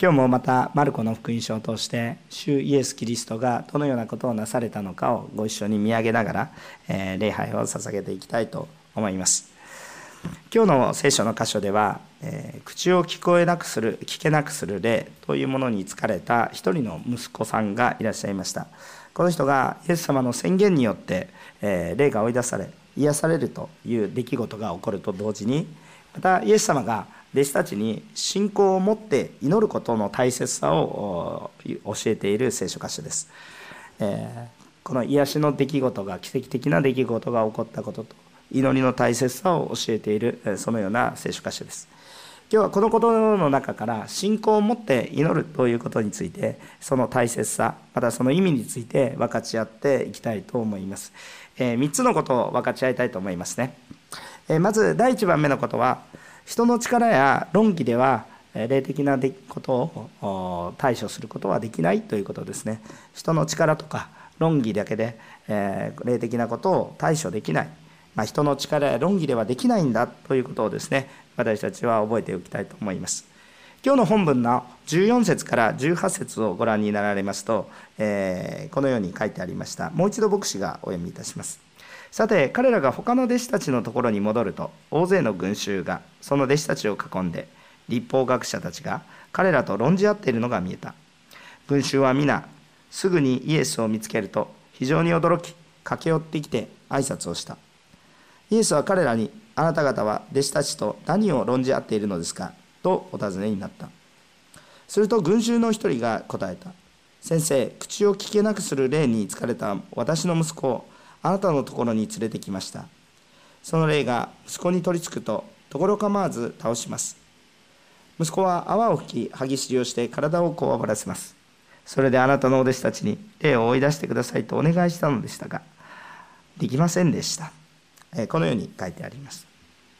今日もまたマルコの福音書を通して主イエス・キリストがどのようなことをなされたのかをご一緒に見上げながら、礼拝を捧げていきたいと思います。今日の聖書の箇所では、口を聞けなくする霊というものに疲れた一人の息子さんがいらっしゃいました。この人がイエス様の宣言によって、霊が追い出され癒されるという出来事が起こると同時に、またイエス様が弟子たちに信仰を持って祈ることの大切さを教えている聖書箇所です。この癒しの出来事が、奇跡的な出来事が起こったことと祈りの大切さを教えている、そのような聖書箇所です。今日はこのことの中から信仰を持って祈るということについて、その大切さ、またその意味について分かち合っていきたいと思います。3つのことを分かち合いたいと思いますね。まず第1番目のことは、人の力や論議では霊的なことを対処することはできないということですね。人の力とか論議だけで霊的なことを対処できない、人の力や論議ではできないんだということをですね、私たちは覚えておきたいと思います。今日の本文の14節から18節をご覧になられますと、このように書いてありました。もう一度牧師がお読みいたします。さて彼らが他の弟子たちのところに戻ると、大勢の群衆がその弟子たちを囲んで、律法学者たちが彼らと論じ合っているのが見えた。群衆は皆すぐにイエスを見つけると非常に驚き、駆け寄ってきて挨拶をした。イエスは彼らに、あなた方は弟子たちと何を論じ合っているのですかとお尋ねになった。すると群衆の一人が答えた。先生、口を聞けなくする霊に疲れた私の息子をあなたのところに連れてきました。その霊が息子に取りつくと、ところ構わず倒します。息子は泡を吹き、歯ぎしりをして体をこわばらせます。それであなたのお弟子たちに霊を追い出してくださいとお願いしたのでしたが、できませんでした。このように書いてあります。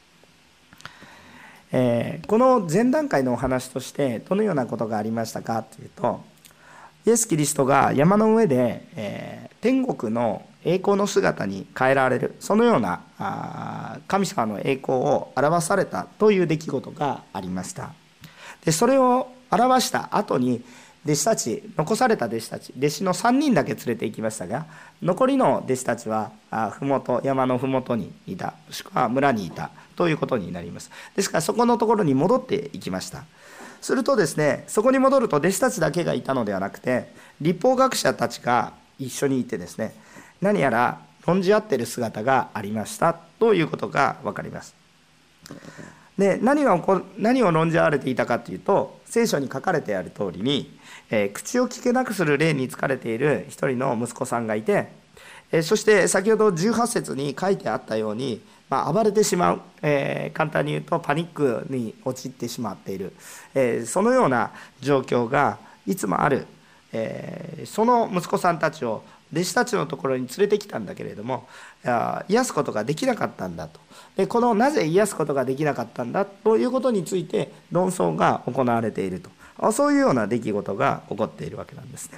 この前段階のお話としてどのようなことがありましたかというと、イエス・キリストが山の上で、天国の栄光の姿に変えられる、そのような神様の栄光を表されたという出来事がありました。でそれを表した後に弟子たち、残された弟子たち、弟子の3人だけ連れて行きましたが、残りの弟子たちは山のふもとにいた、もしくは村にいたということになります。ですからそこのところに戻っていきました。するとですね、そこに戻ると弟子たちだけがいたのではなくて、律法学者たちが一緒にいてですね、何やら論じ合っている姿がありましたということが分かります。で何を論じ合われていたかというと、聖書に書かれてある通りに、口を聞けなくする霊に疲れている一人の息子さんがいて、そして先ほど18節に書いてあったように、暴れてしまう、簡単に言うとパニックに陥ってしまっている、そのような状況がいつもある、その息子さんたちを弟子たちのところに連れてきたんだけれども、癒すことができなかったんだと。でこのなぜ癒すことができなかったんだということについて論争が行われていると、そういうような出来事が起こっているわけなんですね。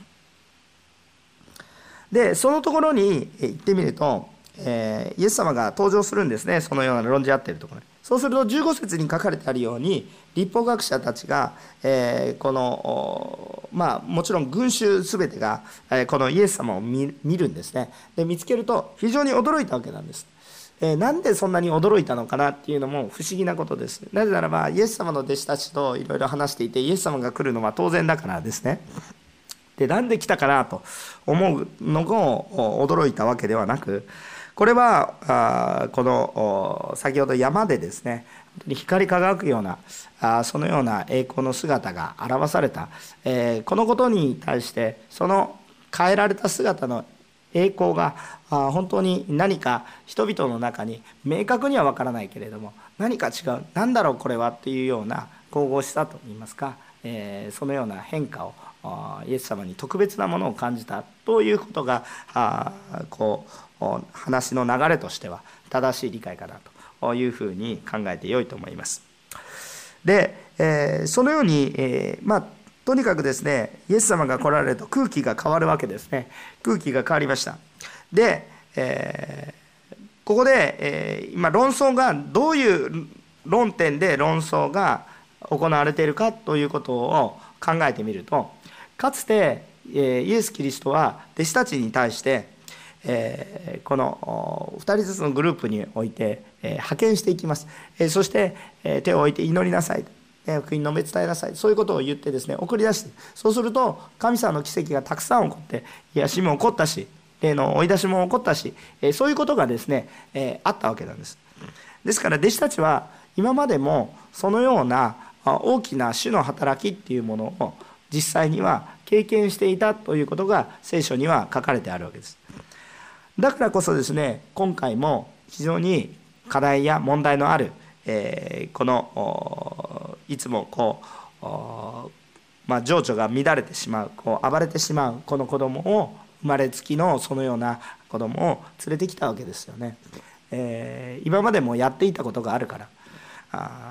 でそのところに行ってみると、イエス様が登場するんですね。そのような論じ合っているところに。そうすると15節に書かれてあるように、律法学者たちが、もちろん群衆すべてが、このイエス様を見るんですね。で見つけると非常に驚いたわけなんです。なんでそんなに驚いたのかなっていうのも不思議なことです。なぜならばイエス様の弟子たちといろいろ話していて、イエス様が来るのは当然だからですね。でなんで来たかなと思うのが驚いたわけではなく、これはこの先ほど山でですね、光り輝くようなそのような栄光の姿が表された、このことに対してその変えられた姿の栄光が本当に何か人々の中に明確には分からないけれども、何か違う、何だろうこれはっていうような神々しさといいますか、そのような変化をイエス様に特別なものを感じたということが話の流れとしては正しい理解かなというふうに考えてよいと思います。で、そのように、とにかくですね、イエス様が来られると空気が変わるわけですね。空気が変わりました。で、ここで、今論争がどういう論点で論争が行われているかということを考えてみると、かつてイエス・キリストは弟子たちに対してこの2人ずつのグループにおいて派遣していきます。そして手を置いて祈りなさい、福音の述べ伝えなさい、そういうことを言ってですね、送り出して、そうすると神様の奇跡がたくさん起こって、癒しも起こったし、霊の追い出しも起こったし、そういうことがですねあったわけなんです。ですから弟子たちは今までもそのような大きな主の働きっていうものを実際には経験していたということが聖書には書かれてあるわけです。だからこそですね、今回も非常に課題や問題のある、このいつも情緒が乱れてしまう、暴れてしまうこの子供を、生まれつきのそのような子供を連れてきたわけですよね。今までもやっていたことがあるから、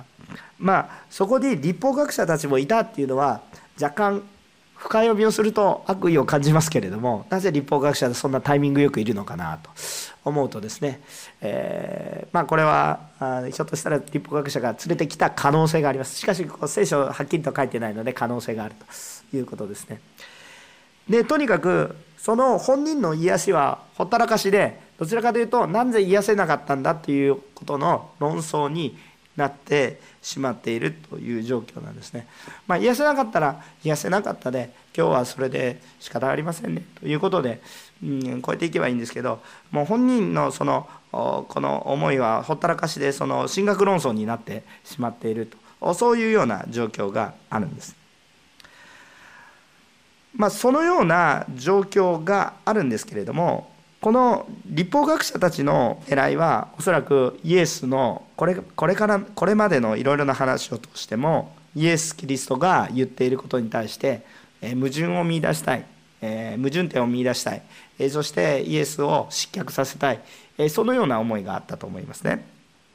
そこに律法学者たちもいたっていうのは若干深読みをすると悪意を感じますけれども、なぜ律法学者でそんなタイミングよくいるのかなと思うとですね、これはひょっとしたら律法学者が連れてきた可能性があります。しかし聖書はっきりと書いてないので可能性があるということですね。でとにかくその本人の癒しはほったらかしで、どちらかというとなぜ癒せなかったんだということの論争になってしまっているという状況なんですね。癒せなかったら癒せなかったで、今日はそれで仕方ありませんねということで、超えていけばいいんですけど、もう本人のこの思いはほったらかしで、その神学論争になってしまっていると、そういうような状況があるんです。そのような状況があるんですけれども、この律法学者たちの狙いはおそらくイエスのこれまでのいろいろな話を通しても、イエス・キリストが言っていることに対して矛盾を見出したい、矛盾点を見出したい、そしてイエスを失脚させたい、そのような思いがあったと思いますね。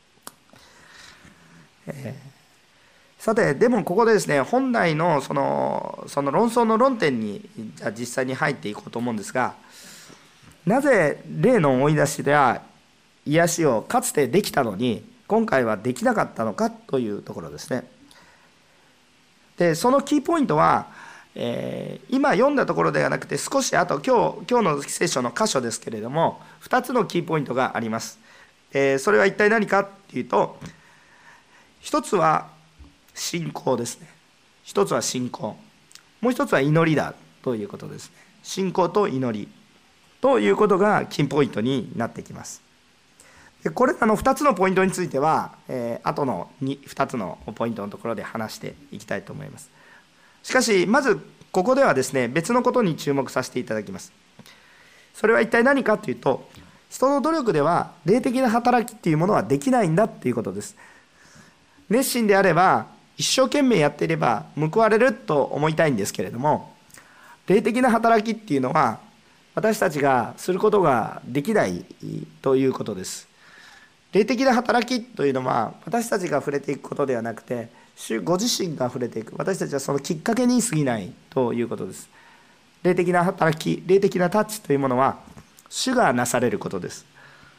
さて、でもここでですね、本来のその論争の論点にじゃあ実際に入っていこうと思うんですが、なぜ霊の追い出しや癒しをかつてできたのに今回はできなかったのかというところですね。でそのキーポイントは、今読んだところではなくて、少しあと今日の聖書の箇所ですけれども、2つのキーポイントがあります。それは一体何かっていうと、一つは信仰ですね。一つは信仰、もう一つは祈りだということですね。信仰と祈りということがキーポイントになってきます。でこれらの2つのポイントについては、後の2つのポイントのところで話していきたいと思います。しかしまずここではですね、別のことに注目させていただきます。それは一体何かというと、人の努力では霊的な働きっていうものはできないんだということです。熱心であれば一生懸命やっていれば報われると思いたいんですけれども、霊的な働きっていうのは私たちがすることができないということです。霊的な働きというのは私たちが触れていくことではなくて、主ご自身が触れていく、私たちはそのきっかけに過ぎないということです。霊的な働き、霊的なタッチというものは主がなされることです。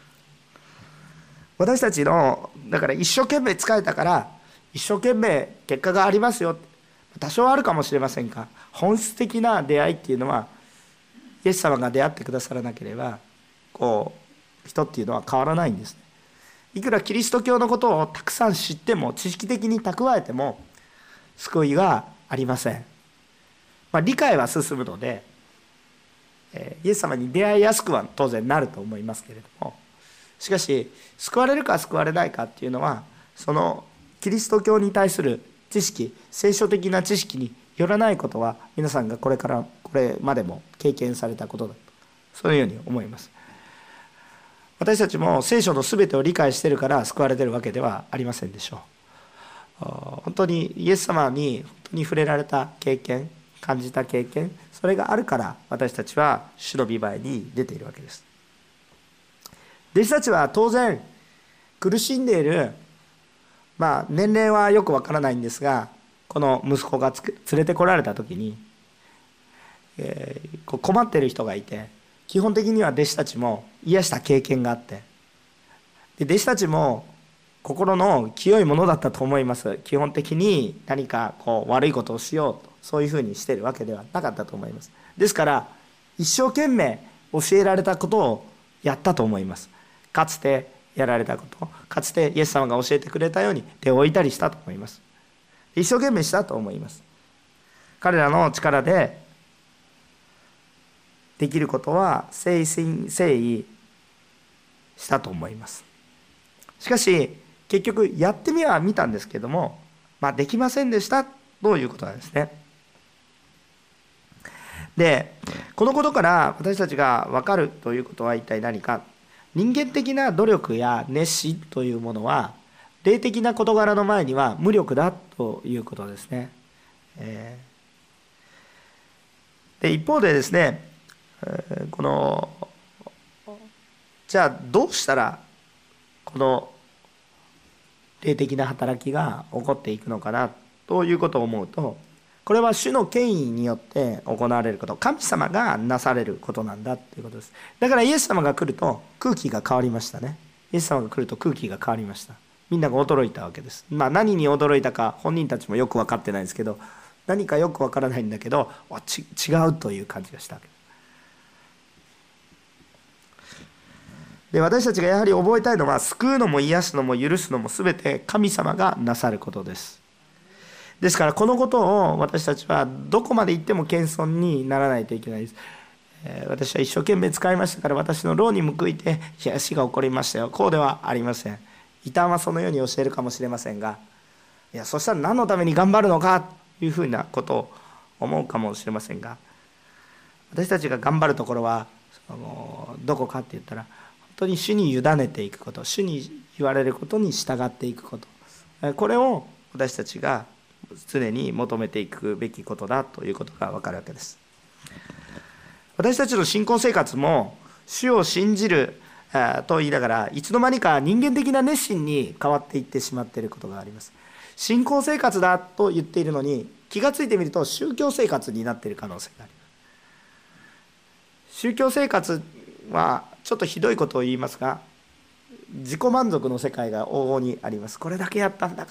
私たちのだから一生懸命仕えたから一生懸命結果がありますよ、多少あるかもしれませんが、本質的な出会いっていうのはイエス様が出会ってくださらなければ人っていうのは変わらないんですね。いくらキリスト教のことをたくさん知っても、知識的に蓄えても救いがありません。理解は進むので、イエス様に出会いやすくは当然なると思いますけれども、しかし救われるか救われないかっていうのは、そのキリスト教に対する知識、聖書的な知識によらないことは、皆さんがこれまでも経験されたことだと、そういうように思います。私たちも聖書の全てを理解しているから救われているわけではありませんでしょう。本当にイエス様に本当に触れられた経験、感じた経験、それがあるから私たちは主の御前に出ているわけです。弟子たちは当然苦しんでいる、年齢はよくわからないんですが、この息子が連れてこられた時に、困っている人がいて、基本的には弟子たちも癒した経験があって、で弟子たちも心の清いものだったと思います。基本的に何か悪いことをしようと、 そういうふうにしているわけではなかったと思います。ですから一生懸命教えられたことをやったと思います。かつてやられたこと、かつてイエス様が教えてくれたように手を置いたりしたと思います。一生懸命したと思います。彼らの力でできることは誠意したと思います。しかし結局やってみは見たんですけども、できませんでしたということなんですね。で、このことから私たちが分かるということは一体何か。人間的な努力や熱心というものは霊的な事柄の前には無力だということですね。で一方でですね、じゃあどうしたらこの霊的な働きが起こっていくのかなということを思うと、これは主の権威によって行われること、神様がなされることなんだということです。だからイエス様が来ると空気が変わりましたね。イエス様が来ると空気が変わりました。みんなが驚いたわけです。何に驚いたか本人たちもよく分かってないんですけど、何かよく分からないんだけど違うという感じがしたわけで、私たちがやはり覚えたいのは、救うのも癒すのも許すのも全て神様がなさることです。ですからこのことを私たちはどこまで行っても謙遜にならないといけないです。私は一生懸命使いましたから私の労に報いて死が起こりましたよ、こうではありません。異端はそのように教えるかもしれませんが、そしたら何のために頑張るのかというふうなことを思うかもしれませんが、私たちが頑張るところはどこかって言ったら、本当に主に委ねていくこと、主に言われることに従っていくこと、これを私たちが常に求めていくべきことだということが分かるわけです。私たちの信仰生活も主を信じると言いながら、いつの間にか人間的な熱心に変わっていってしまっていることがあります。信仰生活だと言っているのに、気がついてみると宗教生活になっている可能性があります。宗教生活はちょっとひどいことを言いますが、自己満足の世界が往々にあります。これだけやったんだから。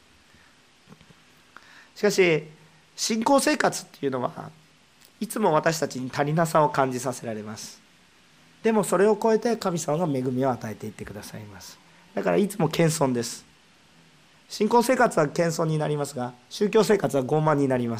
しかし信仰生活っていうのはいつも私たちに足りなさを感じさせられます。でもそれを超えて神様が恵みを与えていってくださいます。だからいつも謙遜です。信仰生活は謙遜になりますが、宗教生活は傲慢になります。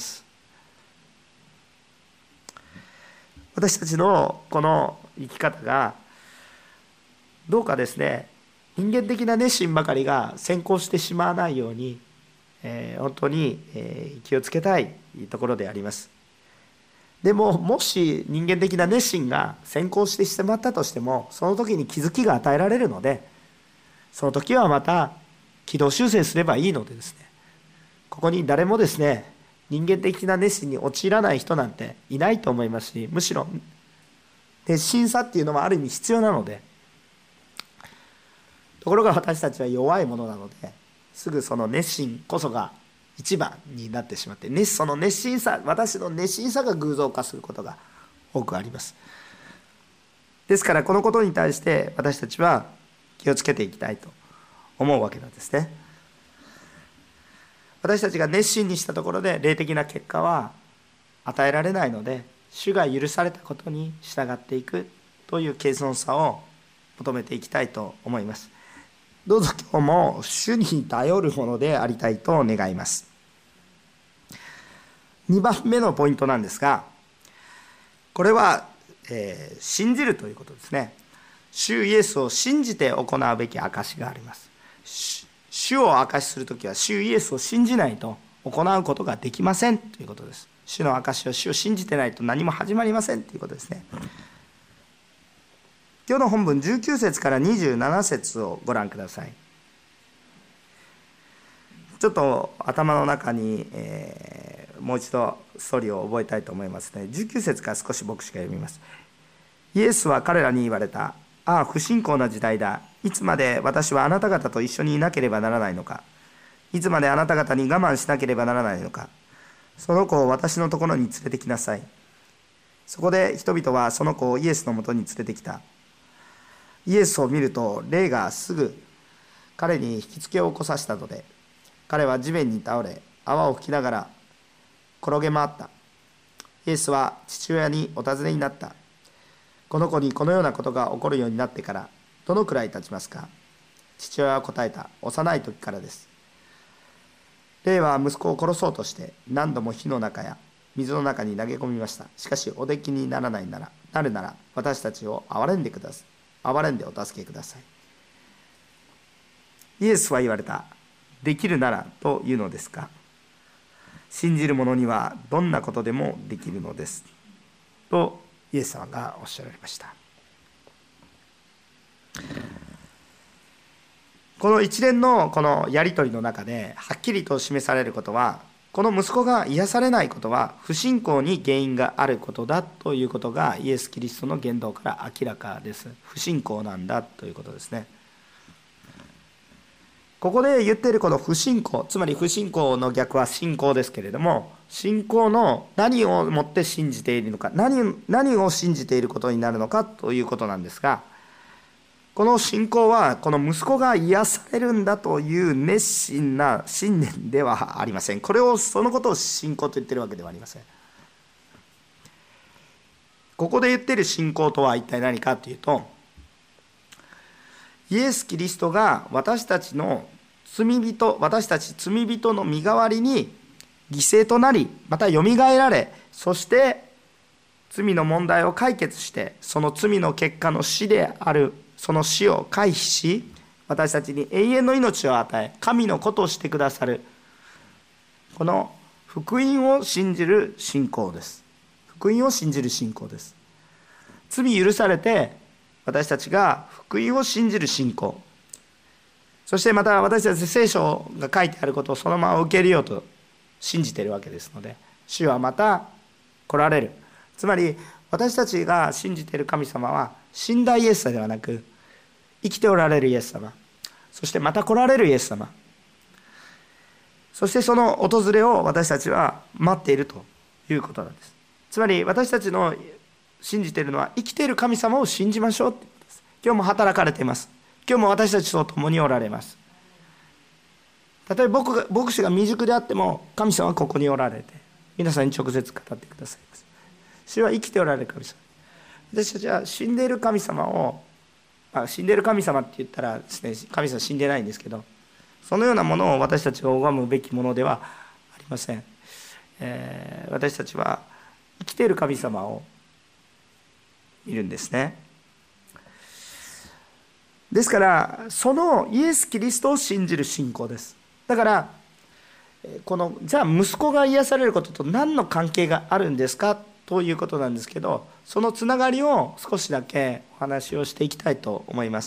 私たちのこの生き方がどうかですね、人間的な熱心ばかりが先行してしまわないように、本当に気をつけたいところであります。でももし人間的な熱心が先行してしまったとしても、その時に気づきが与えられるので、その時はまた軌道修正すればいいのでですね、ここに誰もですね、人間的な熱心に陥らない人なんていないと思いますし、むしろ熱心さっていうのはある意味必要なので、ところが私たちは弱いものなので、すぐその熱心こそが一番になってしまって、その熱心さ、私の熱心さが偶像化することが多くあります。ですからこのことに対して私たちは気をつけていきたいと思うわけなんですね。私たちが熱心にしたところで霊的な結果は与えられないので、主が許されたことに従っていくという謙遜さを求めていきたいと思います。どうぞ今日も主に頼るものでありたいと願います。2番目のポイントなんですが、これは、信じるということですね。主イエスを信じて行うべき証があります。主を証しするときは主イエスを信じないと行うことができませんということです。主の証を、主を信じてないと何も始まりませんということですね。今日の本文19節から27節をご覧ください。ちょっと頭の中に、もう一度ストーリーを覚えたいと思いますね。19節から少し牧師が読みます。イエスは彼らに言われた。ああ、不信仰な時代だ。いつまで私はあなた方と一緒にいなければならないのか。いつまであなた方に我慢しなければならないのか。その子を私のところに連れてきなさい。そこで人々はその子をイエスのもとに連れてきた。イエスを見ると霊がすぐ彼に引きつけを起こさせたので、彼は地面に倒れ泡を吹きながら転げ回った。イエスは父親にお尋ねになった。この子にこのようなことが起こるようになってからどのくらい経ちますか。父親は答えた。幼い時からです。霊は息子を殺そうとして何度も火の中や水の中に投げ込みました。しかしおできになるなら私たちを憐れんでお助けください。イエスは言われた。できるならというのですか。信じる者にはどんなことでもできるのですとイエス様がおっしゃられました。この一連のこのやり取りの中ではっきりと示されることは、この息子が癒されないことは不信仰に原因があることだということがイエス・キリストの言動から明らかです。不信仰なんだということですね。ここで言っているこの不信仰、つまり不信仰の逆は信仰ですけれども、信仰の何をもって信じているのか、何を信じていることになるのかということなんですが、この信仰はこの息子が癒されるんだという熱心な信念ではありません。そのことを信仰と言っているわけではありません。ここで言っている信仰とは一体何かというと、イエス・キリストが私たち罪人の身代わりに犠牲となり、またよみがえられ、そして罪の問題を解決して、その罪の結果の死であるその死を回避し、私たちに永遠の命を与え、神の子としてくださる、この福音を信じる信仰です。福音を信じる信仰です。罪許されて私たちが福音を信じる信仰、そしてまた私たち聖書が書いてあることをそのまま受け入れようと信じているわけですので、主はまた来られる。つまり私たちが信じている神様は死んだイエスではなく、生きておられるイエス様、そしてまた来られるイエス様、そしてその訪れを私たちは待っているということなんです。つまり私たちの信じているのは生きている神様を信じましょうということです。今日も働かれています。今日も私たちと共におられます。例えば牧師が未熟であっても神様はここにおられて皆さんに直接語ってくださいます。主は生きておられる神様。私たちは死んでいる神様を、死んでいる神様って言ったらですね、神様死んでないんですけど、そのようなものを私たちが拝むべきものではありません。私たちは生きている神様を見るんですね。ですからそのイエス・キリストを信じる信仰です。だからじゃあ息子が癒されることと何の関係があるんですかということなんですけど、そのつながりを少しだけお話をしていきたいと思います。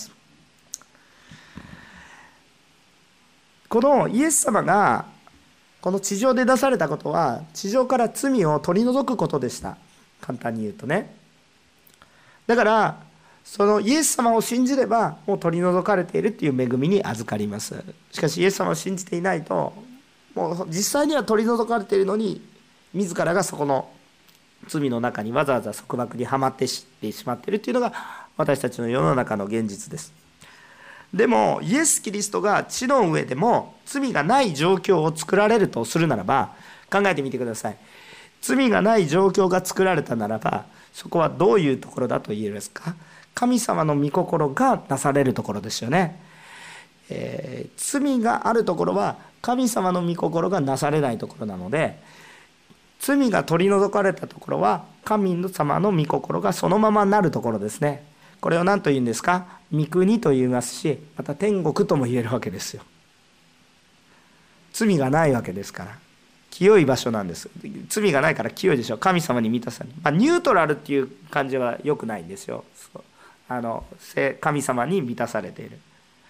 このイエス様がこの地上で出されたことは、地上から罪を取り除くことでした。簡単に言うとね。だからそのイエス様を信じればもう取り除かれているっていう恵みに預かります。しかしイエス様を信じていないと、もう実際には取り除かれているのに、自らがそこの罪の中にわざわざ束縛にはまってしまっているというのが私たちの世の中の現実です。でもイエス・キリストが地の上でも罪がない状況を作られるとするならば、考えてみてください。罪がない状況が作られたならば、そこはどういうところだと言えますか。神様の御心がなされるところですよね。罪があるところは神様の御心がなされないところなので、罪が取り除かれたところは神様の御心がそのままなるところですね。これを何と言うんですか。御国と言いますし、また天国とも言えるわけですよ。罪がないわけですから清い場所なんです。罪がないから清いでしょ。神様に満たされる、ニュートラルっていう感じは良くないんですよ。神様に満たされている。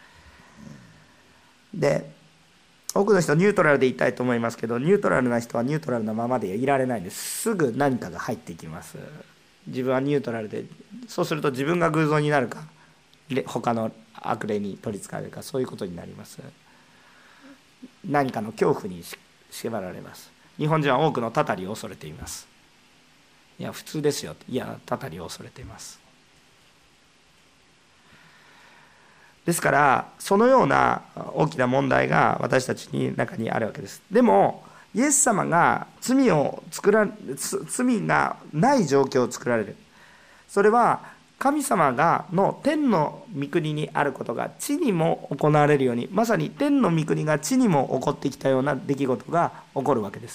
で、多くの人ニュートラルでいたいと思いますけど、ニュートラルな人はニュートラルなままでいられないんです。すぐ何かが入ってきます。自分はニュートラルで、そうすると自分が偶像になるか他の悪霊に取りつかれるか、そういうことになります。何かの恐怖に縛られます。日本人は多くのたたりを恐れています。いや普通ですよ。いやたたりを恐れています。ですからそのような大きな問題が私たちの中にあるわけです。でもイエス様が罪がない状況を作られる。それは神様の天の御国にあることが地にも行われるように、まさに天の御国が地にも起こってきたような出来事が起こるわけです。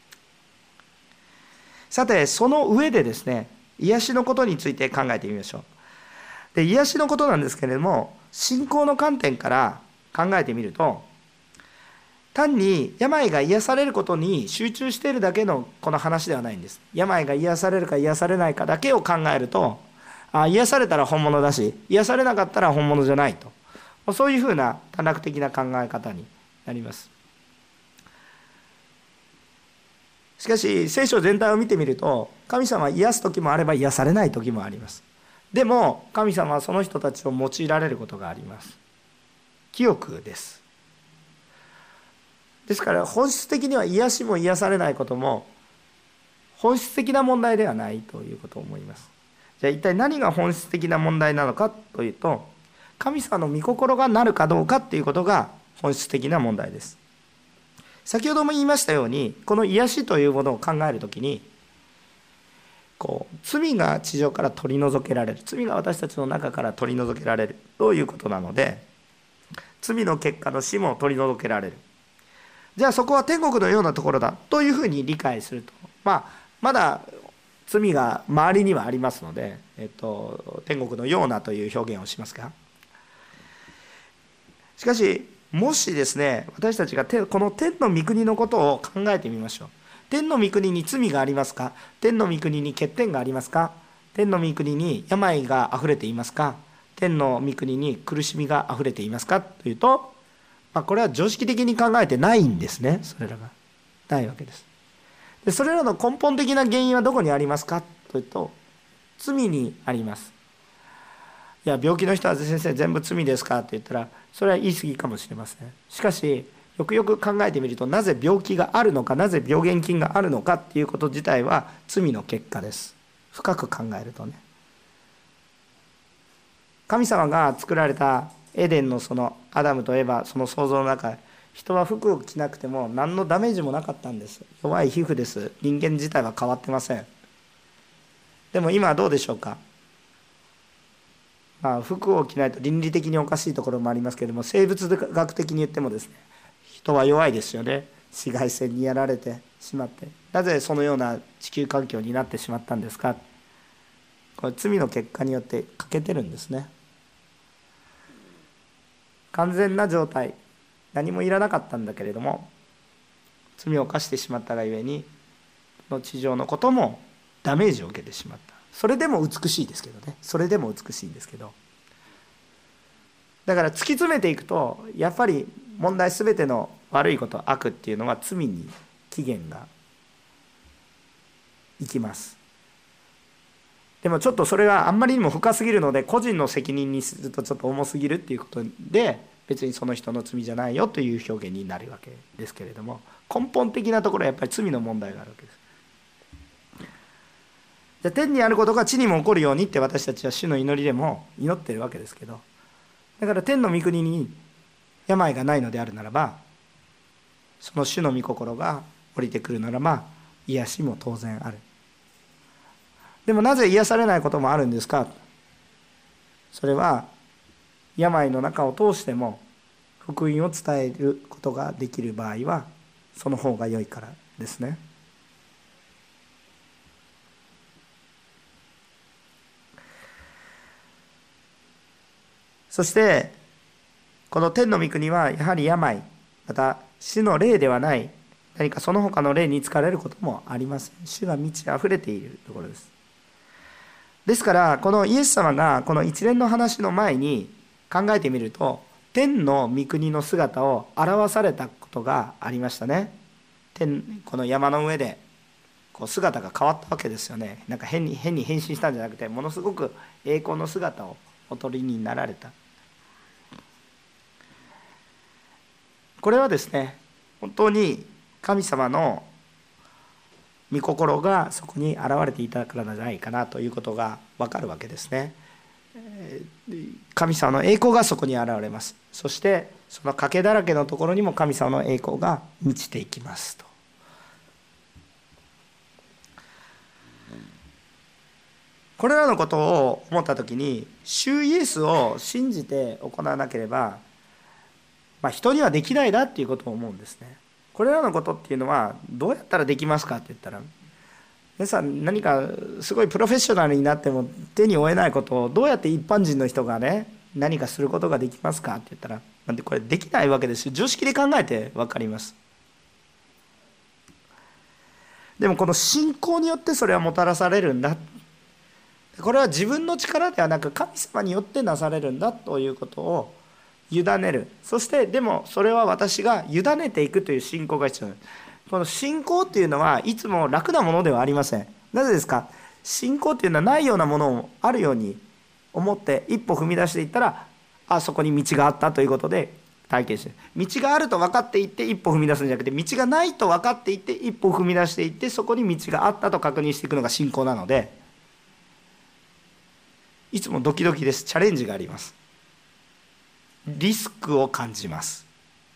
さて、その上でですね、癒しのことについて考えてみましょう。で、癒しのことなんですけれども、信仰の観点から考えてみると、単に病が癒されることに集中しているだけのこの話ではないんです。病が癒されるか癒されないかだけを考えると、癒されたら本物だし、癒されなかったら本物じゃないと、そういうふうな短絡的な考え方になります。しかし聖書全体を見てみると、神様は癒す時もあれば癒されない時もあります。でも神様はその人たちを用いられることがあります。清くです。ですから本質的には癒しも癒されないことも本質的な問題ではないということを思います。じゃあ一体何が本質的な問題なのかというと、神様の御心がなるかどうかということが本質的な問題です。先ほども言いましたように、この癒しというものを考えるときに、罪が地上から取り除けられる、罪が私たちの中から取り除けられるということなので、罪の結果の死も取り除けられる。じゃあそこは天国のようなところだというふうに理解すると、まだ罪が周りにはありますので、天国のようなという表現をしますが、しかしもしですね、私たちがこの天の御国のことを考えてみましょう。天の御国に罪がありますか？天の御国に欠点がありますか？天の御国に病があふれていますか？天の御国に苦しみがあふれていますかというと、これは常識的に考えてないんですね。それらがないわけです。でそれらの根本的な原因はどこにありますかというと、罪にあります。いや、病気の人は先生全部罪ですかって言ったら、それは言い過ぎかもしれません。しかしよくよく考えてみると、なぜ病気があるのか、なぜ病原菌があるのかっていうこと自体は罪の結果です。深く考えるとね、神様が作られたエデンのそのアダムとエバ、その創造の中、人は服を着なくても何のダメージもなかったんです。弱い皮膚です。人間自体は変わってません。でも今はどうでしょうか。服を着ないと倫理的におかしいところもありますけれども、生物学的に言ってもですね、人は弱いですよね。紫外線にやられてしまって、なぜそのような地球環境になってしまったんですか。これ罪の結果によって欠けてるんですね。完全な状態、何もいらなかったんだけれども、罪を犯してしまったがゆえに、の地上のこともダメージを受けてしまった。それでも美しいですけどね、それでも美しいんですけど、だから突き詰めていくと、やっぱり問題全ての悪いこと、悪っていうのは罪に起源がいきます。でもちょっとそれがあんまりにも深すぎるので、個人の責任にするとちょっと重すぎるっていうことで、別にその人の罪じゃないよという表現になるわけですけれども、根本的なところはやっぱり罪の問題があるわけです。じゃあ天にあることが地にも起こるようにって私たちは主の祈りでも祈ってるわけですけど、だから天の御国に病がないのであるならば、その主の御心が降りてくるならば癒しも当然ある。でもなぜ癒されないこともあるんですか。それは病の中を通しても福音を伝えることができる場合はその方が良いからですね。そしてこの天の御国はやはり病、また主の霊ではない何かその他の霊に疲れることもありません。主が満ち溢れているところです。ですからこのイエス様がこの一連の話の前に考えてみると、天の御国の姿を表されたことがありましたね。この山の上でこう姿が変わったわけですよね。なんか変に変身したんじゃなくて、ものすごく栄光の姿をお取りになられた。これはですね、本当に神様の御心がそこに現れていたからじゃないかなということが分かるわけですね。神様の栄光がそこに現れます。そしてその賭けだらけのところにも神様の栄光が満ちていきますとこれらのことを思った時に、主イエスを信じて行わなければ、人にはできないなっていうことを思うんですね。これらのことっていうのはどうやったらできますかって言ったら、皆さん何かすごいプロフェッショナルになっても手に負えないことをどうやって一般人の人がね何かすることができますかって言ったら、なんでこれできないわけですよ。常識で考えて分かります。でもこの信仰によってそれはもたらされるんだ。これは自分の力ではなく神様によってなされるんだということを委ねる。そしてでもそれは私が委ねていくという信仰が必要です。この信仰っていうのはいつも楽なものではありません。なぜですか。信仰っていうのはないようなものをあるように思って一歩踏み出していったら、あそこに道があったということで体験して、道があると分かっていって一歩踏み出すんじゃなくて、道がないと分かっていって一歩踏み出していって、そこに道があったと確認していくのが信仰なので、いつもドキドキです。チャレンジがあります。リスクを感じます。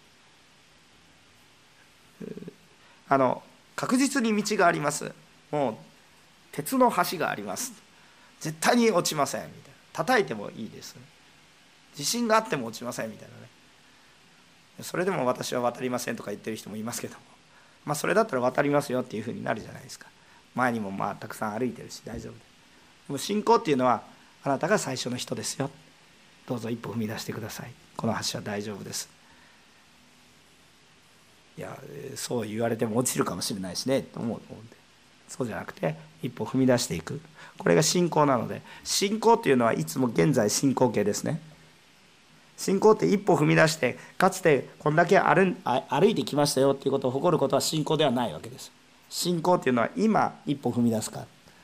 確実に道があります。もう鉄の橋があります。絶対に落ちませんみたいな。叩いてもいいです。地震があっても落ちませんみたいなね。それでも私は渡りませんとか言ってる人もいますけども、それだったら渡りますよっていうふうになるじゃないですか。前にもたくさん歩いてるし大丈夫で。でも信仰っていうのは、あなたが最初の人ですよ。どうぞ一歩踏み出してください。この橋は大丈夫です。いや、そう言われても落ちるかもしれないしねと思うんで、そうじゃなくて一歩踏み出していく。これが信仰なので、信仰っていうのはいつも現在進行形ですね。信仰って一歩踏み出して、かつてこんだけ歩いてきましたよっていうことを誇ることは信仰ではないわけです。信仰っていうのは今一歩踏み出すか。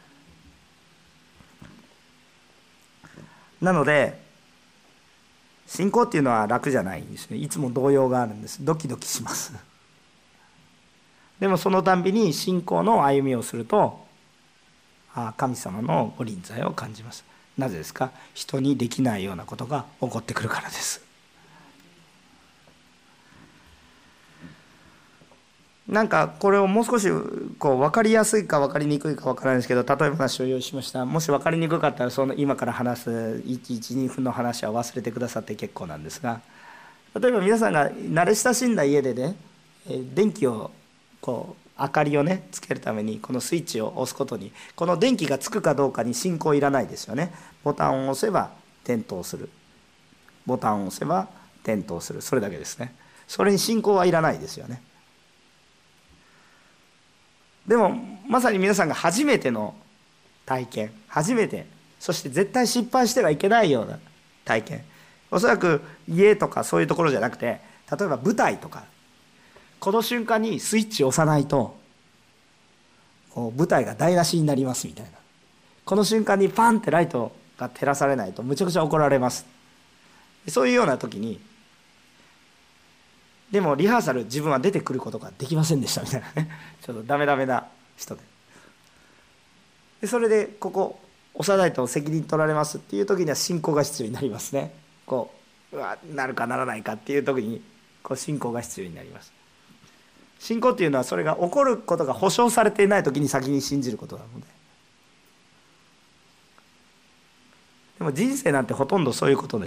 なので信仰っていうのは楽じゃないんですね。いつも動揺があるんです。ドキドキします。でもそのたんびに信仰の歩みをすると、神様のご臨在を感じます。なぜですか。人にできないようなことが起こってくるからです。なんかこれをもう少し分かりやすいか分かりにくいか分からないんですけど、例えば話を用意しました。もし分かりにくかったら今から話す 1,2 分の話は忘れてくださって結構なんですが、例えば皆さんが慣れ親しんだ家でね、電気を明かりをねつけるためにこのスイッチを押すことに、この電気がつくかどうかに信仰いらないですよね。ボタンを押せば点灯する、ボタンを押せば点灯する、それだけですね。それに信仰はいらないですよね。でもまさに皆さんが初めての体験、初めて、そして絶対失敗してはいけないような体験、おそらく家とかそういうところじゃなくて、例えば舞台とか、この瞬間にスイッチを押さないと舞台が台無しになりますみたいな、この瞬間にパンってライトが照らされないとむちゃくちゃ怒られます。そういうような時に、でもリハーサル自分は出てくることができませんでしたみたいなね、ちょっとダメな人で、それでここ押さないと責任取られますっていう時には信仰が必要になりますね。なるかならないかっていう時に信仰が必要になります。信仰っていうのはそれが起こることが保証されていない時に先に信じることなので。でも人生なんてほとんどそういうことです。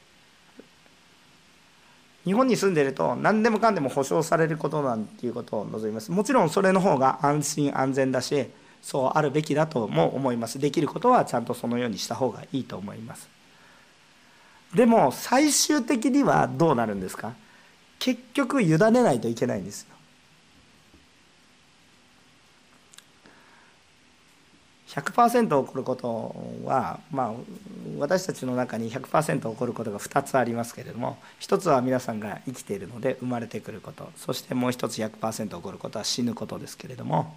日本に住んでいると何でもかんでも保証されることなんていうことを望みます。もちろんそれの方が安心安全だし、そうあるべきだとも思います。できることはちゃんとそのようにした方がいいと思います。でも最終的にはどうなるんですか。結局委ねないといけないんですよ。100% 起こることは、私たちの中に 100% 起こることが2つありますけれども、一つは皆さんが生きているので生まれてくること、そしてもう一つ 100% 起こることは死ぬことですけれども、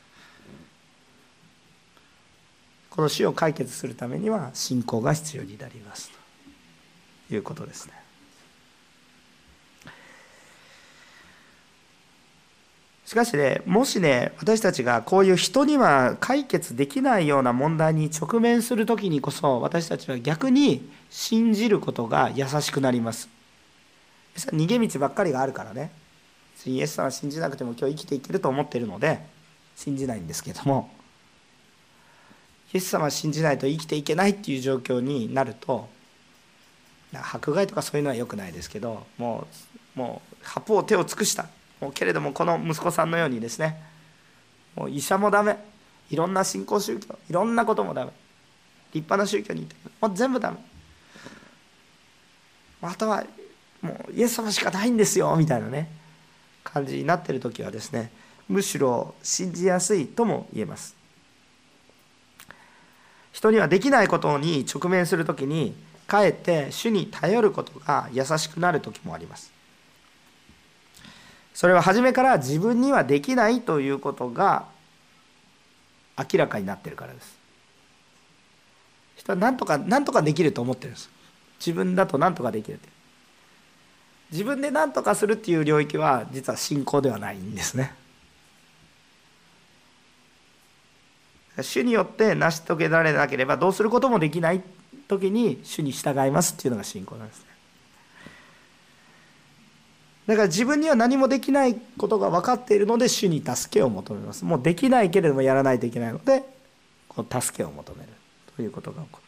この死を解決するためには信仰が必要になりますということですね。しかしね、もしね、私たちがこういう人には解決できないような問題に直面するときにこそ、私たちは逆に信じることが優しくなります。逃げ道ばっかりがあるからね、イエスさんは信じなくても今日生きていけると思っているので信じないんですけども、 イエス様を信じないと生きていけないっていう状況になると、迫害とかそういうのは良くないですけど、もう八方手を尽くした。もうけれどもこの息子さんのようにですね、もう医者もダメ、いろんな新興宗教、いろんなこともダメ、立派な宗教にいてもう全部ダメ、あとはもうイエス様しかないんですよみたいなね感じになっている時はですね、むしろ信じやすいとも言えます。人にはできないことに直面するときにかえって主に頼ることが優しくなる時もあります。それは初めから自分にはできないということが明らかになっているからです。人は何とかできると思ってるんです。自分だと何とかできるって。自分で何とかするっていう領域は実は信仰ではないんですね。主によって成し遂げられなければどうすることもできない時に主に従いますっていうのが信仰なんですね。だから自分には何もできないことが分かっているので主に助けを求めます。もうできないけれどもやらないといけないのでこの助けを求めるということが起こる。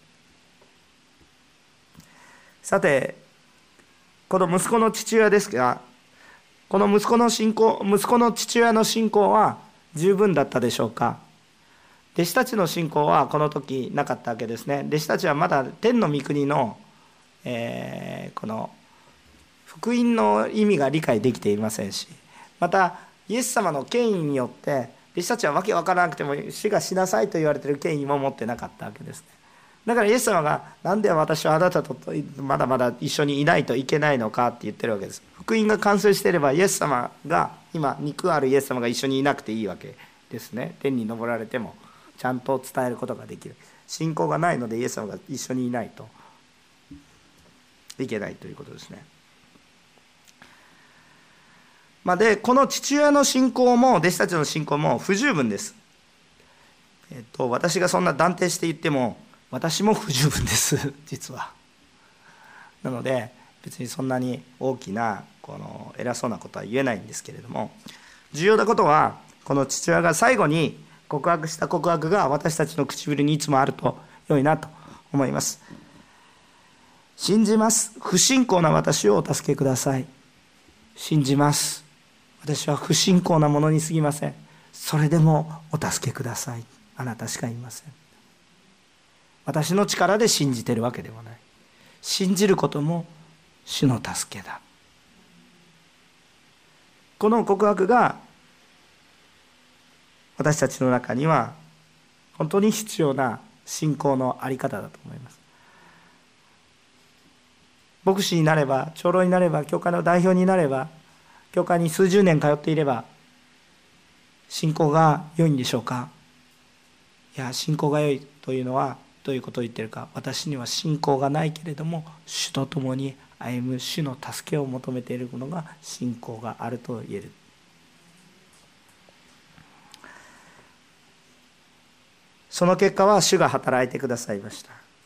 さてこの息子の父親ですが、この息子の父親の信仰は十分だったでしょうか。弟子たちの信仰はこの時なかったわけですね。弟子たちはまだ天の御国の、この福音の意味が理解できていませんし、またイエス様の権威によって弟子たちはわけわからなくても死がしなさいと言われている権威も持ってなかったわけですね。だからイエス様がなんで私はあなたとまだまだ一緒にいないといけないのかって言ってるわけです。福音が完成していればイエス様が今肉あるイエス様が一緒にいなくていいわけですね。天に昇られてもちゃんと伝えることができる。信仰がないのでイエス様が一緒にいないといけないということですね。でこの父親の信仰も弟子たちの信仰も不十分です。私がそんな断定して言っても私も不十分です実は。なので別にそんなに大きなこの偉そうなことは言えないんですけれども、重要なことはこの父親が最後に告白した告白が私たちの唇にいつもあると良いなと思います。信じます。不信仰な私をお助けください。信じます。私は不信仰なものに過ぎません。それでもお助けください。あなたしかいません。私の力で信じているわけではない。信じることも主の助けだ。この告白が私たちの中には本当に必要な信仰の在り方だと思います。牧師になれば、長老になれば、教会の代表になれば、教会に数十年通っていれば信仰が良いんでしょうか。いや、信仰が良いというのはどういうことを言っているか。私には信仰がないけれども主と共に歩む主の助けを求めているのが信仰があると言える。その結果は主が働いてくださいました。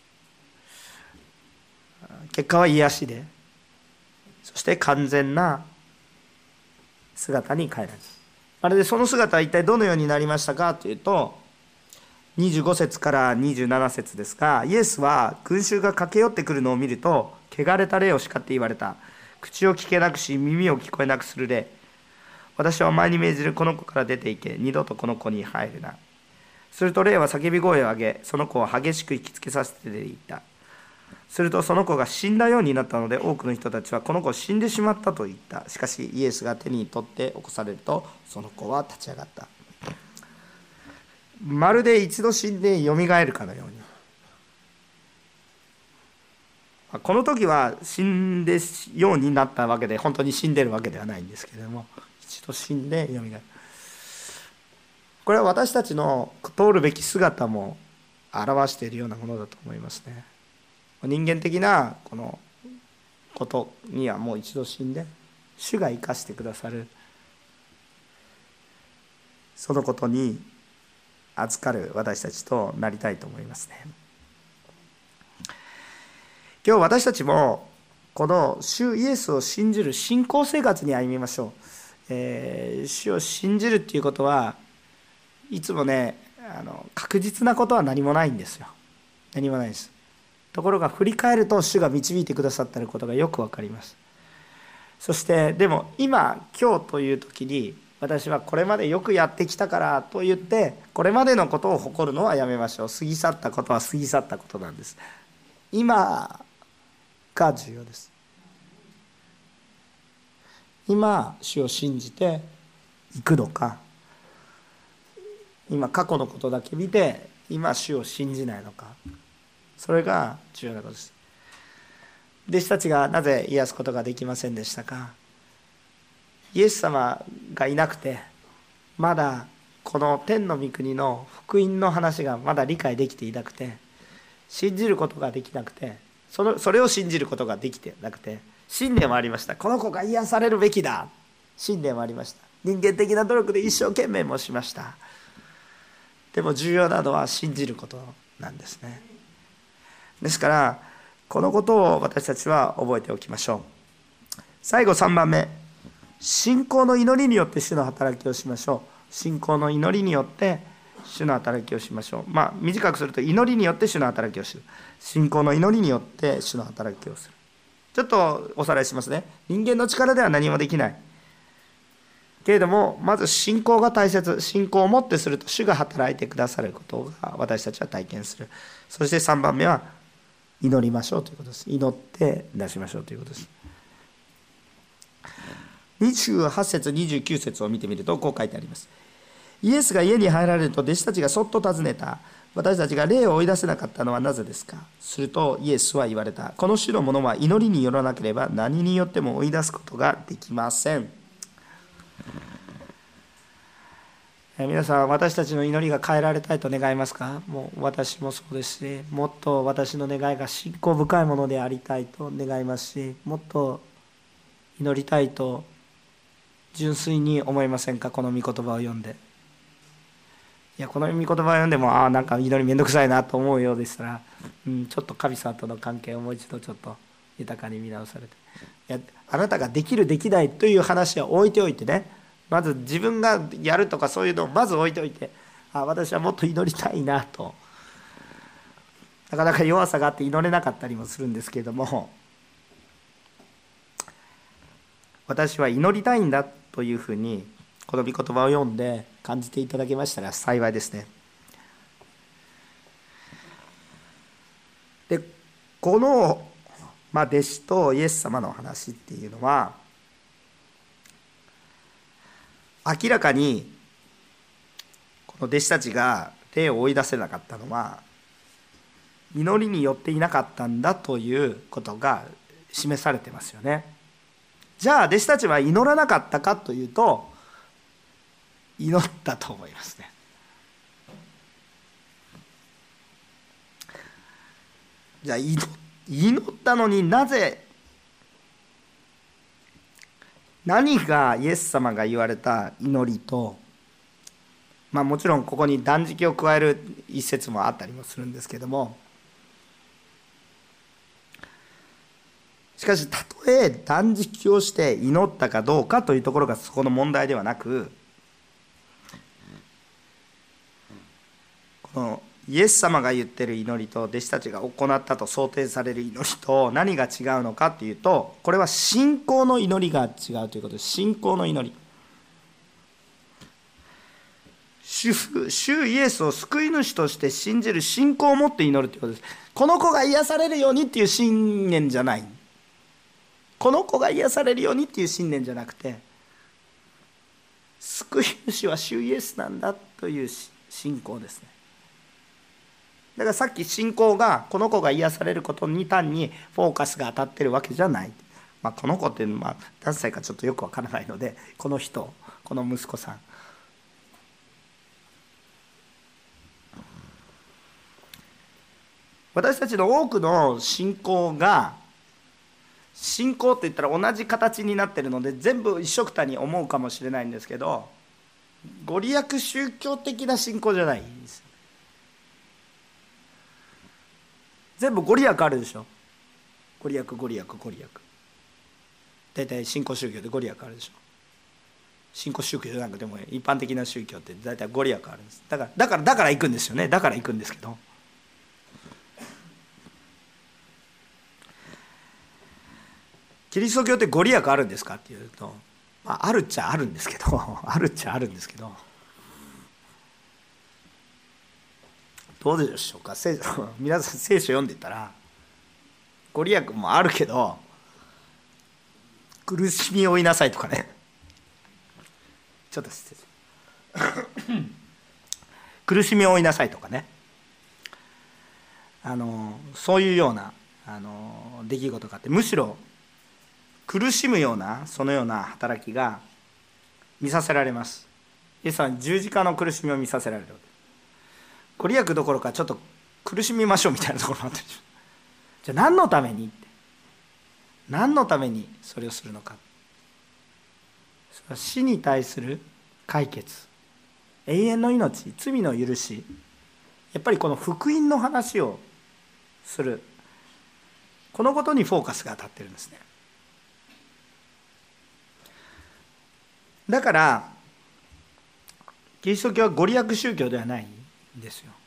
結果は癒しで、そして完全な姿に変えられる。あれでその姿は一体どのようになりましたかというと、25節から27節ですが、イエスは群衆が駆け寄ってくるのを見ると、汚れた霊を叱って言われた。口を聞けなくし耳を聞こえなくする霊、私はお前に命じる、この子から出て行け、二度とこの子に入るな。すると霊は叫び声を上げ、その子を激しく引きつけさせていった。するとその子が死んだようになったので、多くの人たちはこの子死んでしまったと言った。しかしイエスが手に取って起こされると、その子は立ち上がった。まるで一度死んでよみがえるかのように。この時は死んでようになったわけで、本当に死んでるわけではないんですけれども、一度死んでよみがえる。これは私たちの通るべき姿も表しているようなものだと思いますね。人間的なこのことにはもう一度死んで、主が生かしてくださるそのことに預かる私たちとなりたいと思いますね。今日私たちもこの主イエスを信じる信仰生活に歩みましょう。主を信じるっていうことはいつもね、 確実なことは何もないんですよ。何もないです。ところが振り返ると主が導いてくださっていることがよくわかります。そしてでも今日という時に私はこれまでよくやってきたからと言ってこれまでのことを誇るのはやめましょう。過ぎ去ったことは過ぎ去ったことなんです。今が重要です。今主を信じていくのか、今過去のことだけ見て今主を信じないのか、それが重要なことです。弟子たちがなぜ癒すことができませんでしたか。イエス様がいなくてまだこの天の御国の福音の話がまだ理解できていなくて、信じることができなくて、それを信じることができてなくて、信念はありました。この子が癒されるべきだ、信念はありました。人間的な努力で一生懸命もしました。でも重要なのは信じることなんですね。ですからこのことを私たちは覚えておきましょう。最後3番目、信仰の祈りによって主の働きをしましょう。信仰の祈りによって主の働きをしましょう。短くすると祈りによって主の働きをする。信仰の祈りによって主の働きをする。ちょっとおさらいしますね。人間の力では何もできないけれども、まず信仰が大切。信仰をもってすると主が働いてくださることが私たちは体験する。そして3番目は祈りましょうということです。祈って出しましょうということです。28節29節を見てみるとこう書いてあります。イエスが家に入られると弟子たちがそっと尋ねた。私たちが霊を追い出せなかったのはなぜですか。するとイエスは言われた。この種のものは祈りによらなければ何によっても追い出すことができません。皆さん、私たちの祈りが変えられたいと願いますか。もう私もそうですし、もっと私の願いが信仰深いものでありたいと願いますし、もっと祈りたいと純粋に思いませんか。この御言葉を読んで、いやこの御言葉を読んでもなんか祈りめんどくさいなと思うようでしたら、ちょっと神様との関係をもう一度ちょっと豊かに見直されて、いやあなたができるできないという話は置いておいてね、まず自分がやるとかそういうのをまず置いておいて、私はもっと祈りたいなと。なかなか弱さがあって祈れなかったりもするんですけれども、私は祈りたいんだというふうにこの御言葉を読んで感じていただけましたら幸いですね。でこの、弟子とイエス様の話っていうのは明らかにこの弟子たちが霊を追い出せなかったのは祈りによっていなかったんだということが示されてますよね。じゃあ弟子たちは祈らなかったかというと祈ったと思いますね。じゃあ祈ったのになぜ、何がイエス様が言われた祈りと、もちろんここに断食を加える一節もあったりもするんですけども、しかしたとえ断食をして祈ったかどうかというところがそこの問題ではなく、このイエス様が言っている祈りと弟子たちが行ったと想定される祈りと何が違うのかというと、これは信仰の祈りが違うということです。信仰の祈り、主イエスを救い主として信じる信仰を持って祈るということです。この子が癒されるようにっていう信念じゃない、この子が癒されるようにっていう信念じゃなくて、救い主は主イエスなんだという信仰ですね。だからさっき信仰がこの子が癒されることに単にフォーカスが当たってるわけじゃない。この子っていうのは何歳かちょっとよくわからないので、この人、この息子さん、私たちの多くの信仰が、信仰って言ったら同じ形になってるので全部一緒くたに思うかもしれないんですけど、ご利益宗教的な信仰じゃないんです。全部ご利益あるでしょ。ご利益。大体信仰宗教でご利益あるでしょ。 新興宗教じゃなくても一般的な宗教って大体ご利益あるんです。だから行くんですよね。だから行くんですけど、キリスト教ってご利益あるんですかっていうと、あるっちゃあるんですけどあるっちゃあるんですけど、どうでしょうか。皆さん聖書読んでたらご利益もあるけど、苦しみを負いなさいとかね、ちょっと失礼苦しみを負いなさいとかね、そういうような出来事があって、むしろ苦しむようなそのような働きが見させられます。イエスは十字架の苦しみを見させられる。ご利益どころかちょっと苦しみましょうみたいなところもあったでしょ。じゃあ何のためにそれをするのか。それは死に対する解決、永遠の命、罪の許し、やっぱりこの福音の話をする、このことにフォーカスが当たってるんですね。だからキリスト教はご利益宗教ではないんですよ。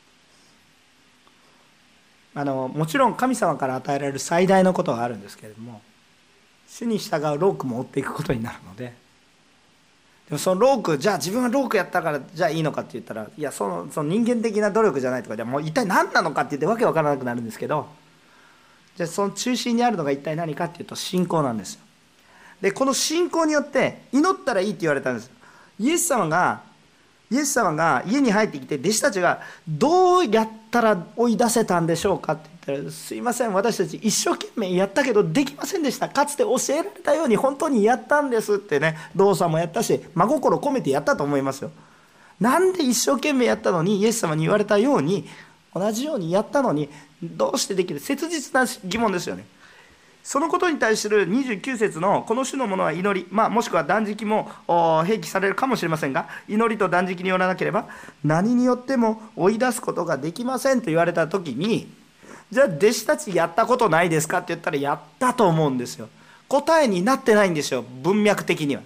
もちろん神様から与えられる最大のことがあるんですけれども、主に従う労苦も追っていくことになるので、でもその労苦、じゃあ自分は労苦やったからじゃあいいのかって言ったら、いやその人間的な努力じゃないとかでもう一体何なのかって言ってわけわからなくなるんですけど、じゃあその中心にあるのが一体何かっていうと信仰なんですよ。でこの信仰によって祈ったらいいって言われたんです。イエス様が家に入ってきて、弟子たちがどうやったら追い出せたんでしょうかって言ったら、すいません、私たち一生懸命やったけどできませんでした。かつて教えられたように本当にやったんですってね、動作もやったし真心込めてやったと思いますよ。なんで一生懸命やったのに、イエス様に言われたように同じようにやったのにどうしてできる、切実な疑問ですよね。そのことに対する29節のこの種のものは祈り、もしくは断食も併記されるかもしれませんが、祈りと断食によらなければ何によっても追い出すことができませんと言われた時に、じゃあ弟子たちやったことないですかって言ったらやったと思うんですよ。答えになってないんですよ、文脈的には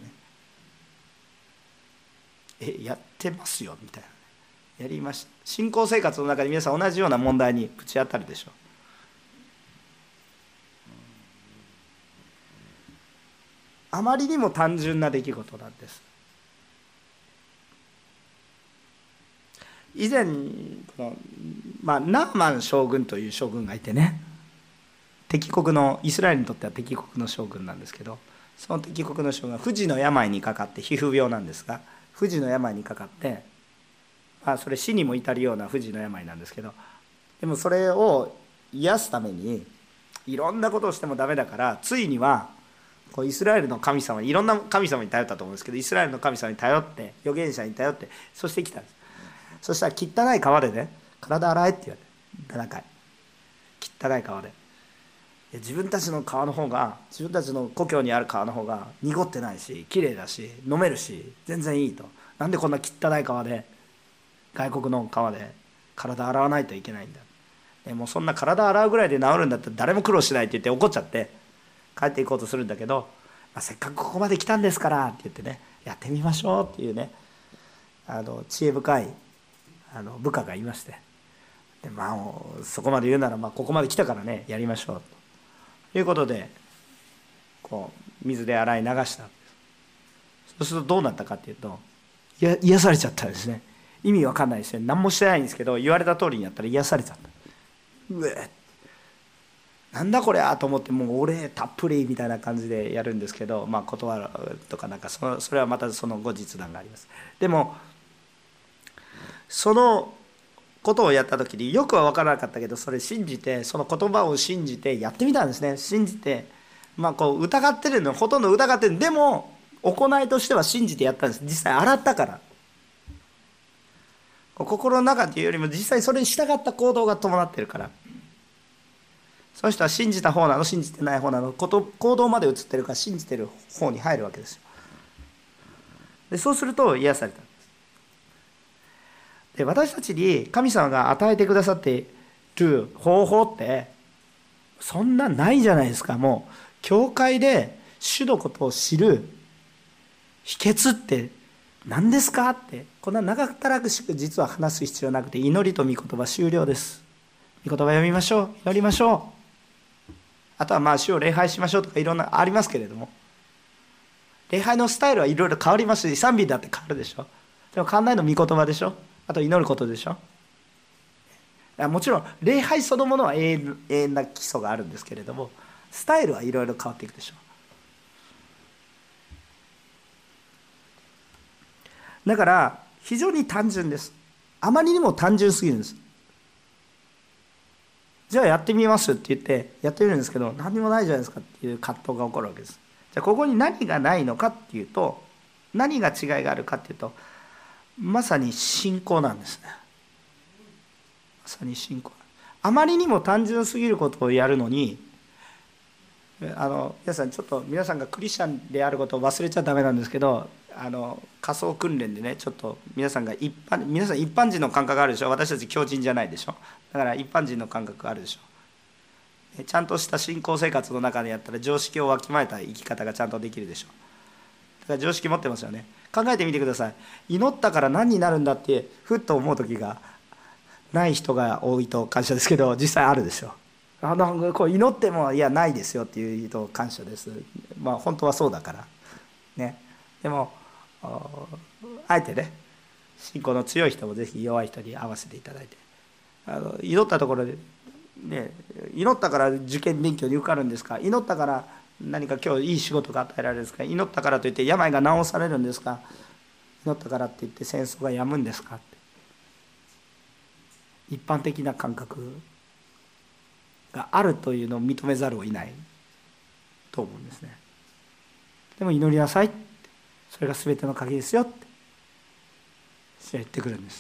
ね。やってますよみたいな、やりました。信仰生活の中で皆さん同じような問題にぶち当たるでしょう。あまりにも単純な出来事なんです。以前ナーマン将軍という将軍がいてね、敵国のイスラエルにとっては敵国の将軍なんですけど、その敵国の将軍が不治の病にかかって、皮膚病なんですが不治の病にかかって、それ死にも至るような不治の病なんですけど、でもそれを癒すためにいろんなことをしてもダメだから、ついにはイスラエルの神様、いろんな神様に頼ったと思うんですけど、イスラエルの神様に頼って、預言者に頼って、そして来たんです。そしたら汚い川でね、体洗えって言われて、7回汚い川で、自分たちの川の方が、自分たちの故郷にある川の方が濁ってないし綺麗だし飲めるし全然いいと、なんでこんな汚い川で、外国の川で体洗わないといけないんだ、もうそんな体洗うぐらいで治るんだったら誰も苦労しないって言って怒っちゃって帰っていこうとするんだけど、せっかくここまで来たんですからって言ってね、やってみましょうっていうね、知恵深い部下がいまして、でそこまで言うならここまで来たからねやりましょうということで、水で洗い流したんです。そうするとどうなったかっていうと、癒されちゃったんですね。意味わかんないですよ、何もしてないんですけど、言われた通りにやったら癒されちゃった。なんだこれと思って、もうお礼たっぷりみたいな感じでやるんですけど、断るとかそれはまたその後日談があります。でもそのことをやった時によくは分からなかったけど、それ信じて、その言葉を信じてやってみたんですね。信じて疑ってるの、ほとんど疑ってる。でも行いとしては信じてやったんです。実際洗ったから、心の中というよりも実際それに従った行動が伴ってるから、その人は信じた方なの信じてない方なの、行動まで移ってるから信じてる方に入るわけですよ。でそうすると癒されたんです。で私たちに神様が与えてくださっている方法ってそんなないじゃないですか。もう教会で主のことを知る秘訣って何ですかって、こんな長ったらくしく実は話す必要なくて、祈りと御言葉終了です。御言葉読みましょう、祈りましょう。あとは主を礼拝しましょうとかいろんなありますけれども、礼拝のスタイルはいろいろ変わりますし、賛美だって変わるでしょ。でも変わんないの御言葉でしょ。あと祈ることでしょ。もちろん礼拝そのものは永遠な基礎があるんですけれども、スタイルはいろいろ変わっていくでしょう。だから非常に単純です。あまりにも単純すぎるんです。じゃあやってみますって言ってやってみるんですけど、何にもないじゃないですかっていう葛藤が起こるわけです。じゃあここに何がないのかっていうと、何が違いがあるかっていうと、まさに信仰なんですね。まさに信仰。あまりにも単純すぎることをやるのに、皆さんちょっと皆さんがクリスチャンであることを忘れちゃダメなんですけど、仮想訓練でね、ちょっと皆さん一般人の感覚があるでしょ。私たち強人じゃないでしょ。だから一般人の感覚があるでしょ。ちゃんとした信仰生活の中でやったら常識をわきまえた生き方がちゃんとできるでしょ。だから常識持ってますよね。考えてみてください。祈ったから何になるんだってふっと思う時がない人が多いと感謝ですけど、実際あるでしょ。こう祈ってもいやないですよっていう人感謝です。本当はそうだからね。でもあえてね、信仰の強い人もぜひ弱い人に合わせていただいて、祈ったところでね、祈ったから受験勉強に受かるんですか、祈ったから何か今日いい仕事が与えられるんですか、祈ったからといって病が治されるんですか、祈ったからって言って戦争がやむんですかって、一般的な感覚があるというのを認めざるを得ないと思うんですね。でも祈りなさいって、それが全ての鍵ですよってそう言ってくるんです。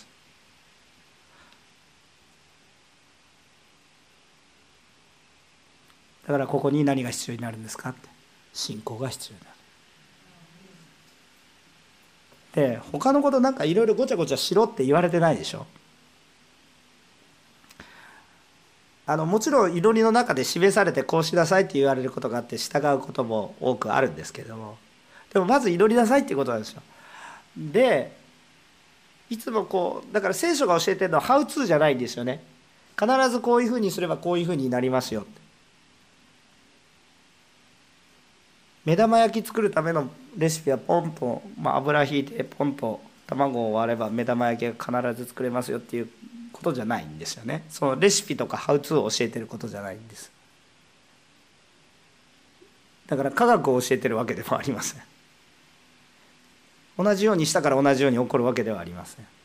だからここに何が必要になるんですかって、信仰が必要になる。で他のことなんかいろいろごちゃごちゃしろって言われてないでしょ。もちろん祈りの中で示されてこうしなさいって言われることがあって従うことも多くあるんですけれども、でもまず祈りなさいっていうことなんですよ。でいつもだから聖書が教えてるのはハウツーじゃないんですよね。必ずこういうふうにすればこういうふうになりますよって。目玉焼き作るためのレシピはポンと、油ひいてポンと卵を割れば目玉焼きが必ず作れますよっていうことじゃないんですよね。そのレシピとかハウツーを教えてることじゃないんです。だから科学を教えてるわけでもありません。同じようにしたから同じように起こるわけではありません。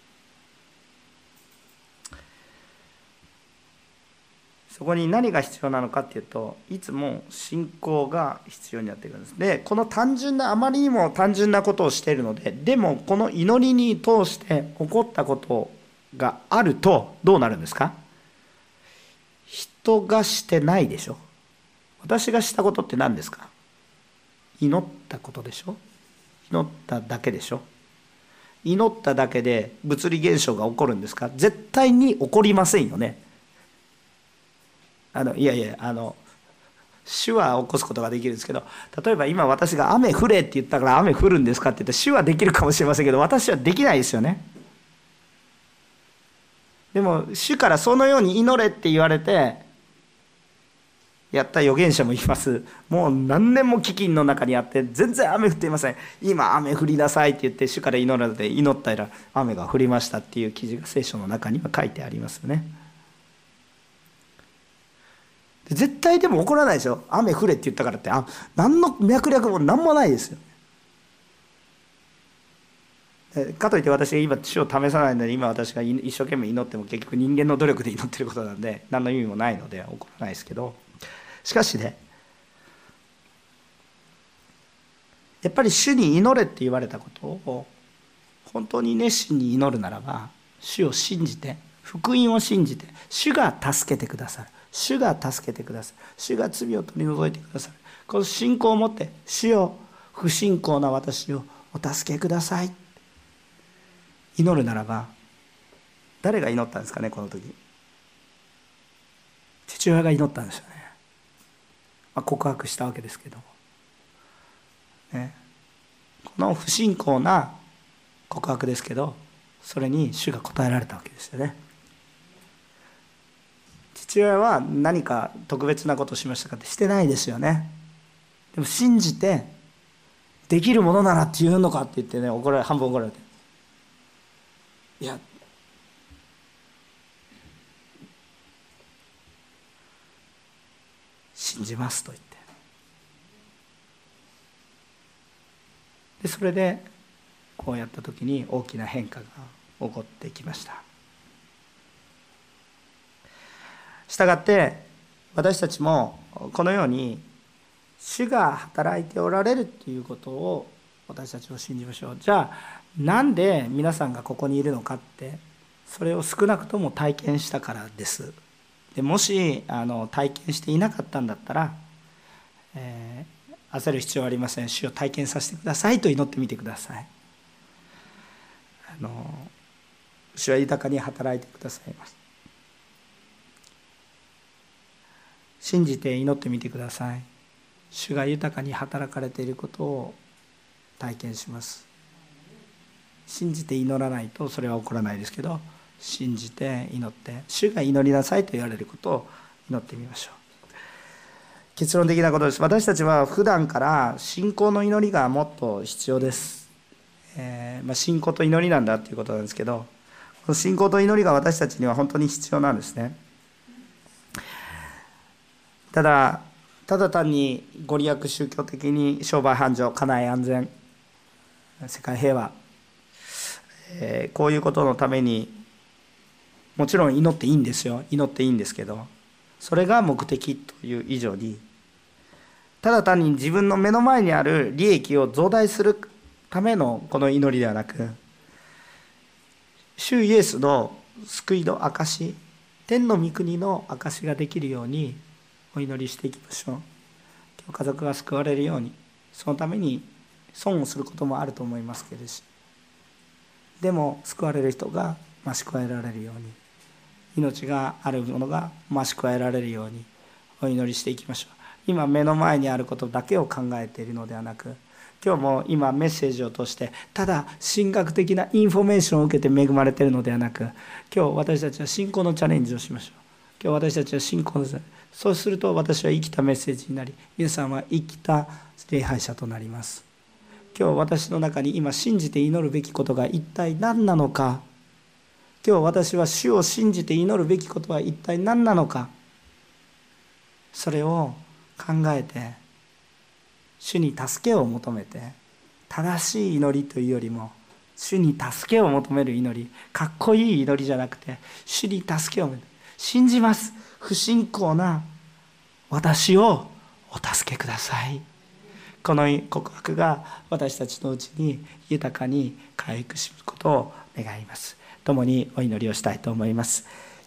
そこに何が必要なのかっていうと、いつも信仰が必要になってくるんです。でこのあまりにも単純なことをしているので、でもこの祈りに通して起こったことがあるとどうなるんですか。人がしてないでしょ。私がしたことって何ですか。祈ったことでしょ。祈っただけでしょ。祈っただけで物理現象が起こるんですか。絶対に起こりませんよね。主は起こすことができるんですけど、例えば今私が雨降れって言ったから雨降るんですかって言って主はできるかもしれませんけど、私はできないですよね。でも主からそのように祈れって言われてやった預言者もいます。もう何年も飢饉の中にあって全然雨降っていません。今雨降りなさいって言って主から祈られて祈ったら雨が降りましたっていう記事が聖書の中には書いてありますよね。絶対でも起こらないでしょ。雨降れって言ったからって何の脈略も何もないですよ。かといって私が今主を試さないので今私が一生懸命祈っても結局人間の努力で祈ってることなんで何の意味もないので起こらないですけど、しかしね、やっぱり主に祈れって言われたことを本当に熱心に祈るならば、主を信じて福音を信じて主が助けてくださる、主が助けてくださる、主が罪を取り除いてくださる、この信仰を持って主よ不信仰な私をお助けください祈るならば、誰が祈ったんですかね。この時父親が祈ったんですよね。告白したわけですけどもね、ここの不信仰な告白ですけど、それに主が答えられたわけですよね。父親は何か特別なことをしましたかってしてないですよね。でも信じて、できるものならって言うのかって言ってね、半分怒られて、いや信じますと言って、でそれでこうやった時に大きな変化が起こってきました。したがって私たちもこのように主が働いておられるということを私たちは信じましょう。じゃあなんで皆さんがここにいるのかって、それを少なくとも体験したからです。でもし体験していなかったんだったら、焦る必要はありません。主を体験させてくださいと祈ってみてください。主は豊かに働いてくださいます。信じて祈ってみてください。主が豊かに働かれていることを体験します。信じて祈らないとそれは起こらないですけど、信じて祈って、主が祈りなさいと言われることを祈ってみましょう。結論的なことです。私たちは普段から信仰の祈りがもっと必要です。信仰と祈りなんだということなんですけど、この信仰と祈りが私たちには本当に必要なんですね。ただ単にご利益宗教的に商売繁盛、家内安全、世界平和、こういうことのためにもちろん祈っていいんですよ。祈っていいんですけど、それが目的という以上に、ただ単に自分の目の前にある利益を増大するためのこの祈りではなく、主イエスの救いの証、天の御国の証ができるようにお祈りしていきましょう。今日家族が救われるように、そのために損をすることもあると思いますけれど、でも救われる人が増し加えられるように、命があるものが増し加えられるようにお祈りしていきましょう。今目の前にあることだけを考えているのではなく、今日も今メッセージを通してただ神学的なインフォメーションを受けて恵まれているのではなく、今日私たちは信仰のチャレンジをしましょう。今日私たちは信仰のチャレンジ、そうすると私は生きたメッセージになり、皆さんは生きた礼拝者となります。今日私の中に今信じて祈るべきことが一体何なのか、今日私は主を信じて祈るべきことは一体何なのか、それを考えて主に助けを求めて、正しい祈りというよりも主に助けを求める祈り、かっこいい祈りじゃなくて、主に助けを求める。信じます、不信仰な私をお助けください。この告白が私たちのうちに豊かに回復することを願います。共にお祈りをしたいと思います。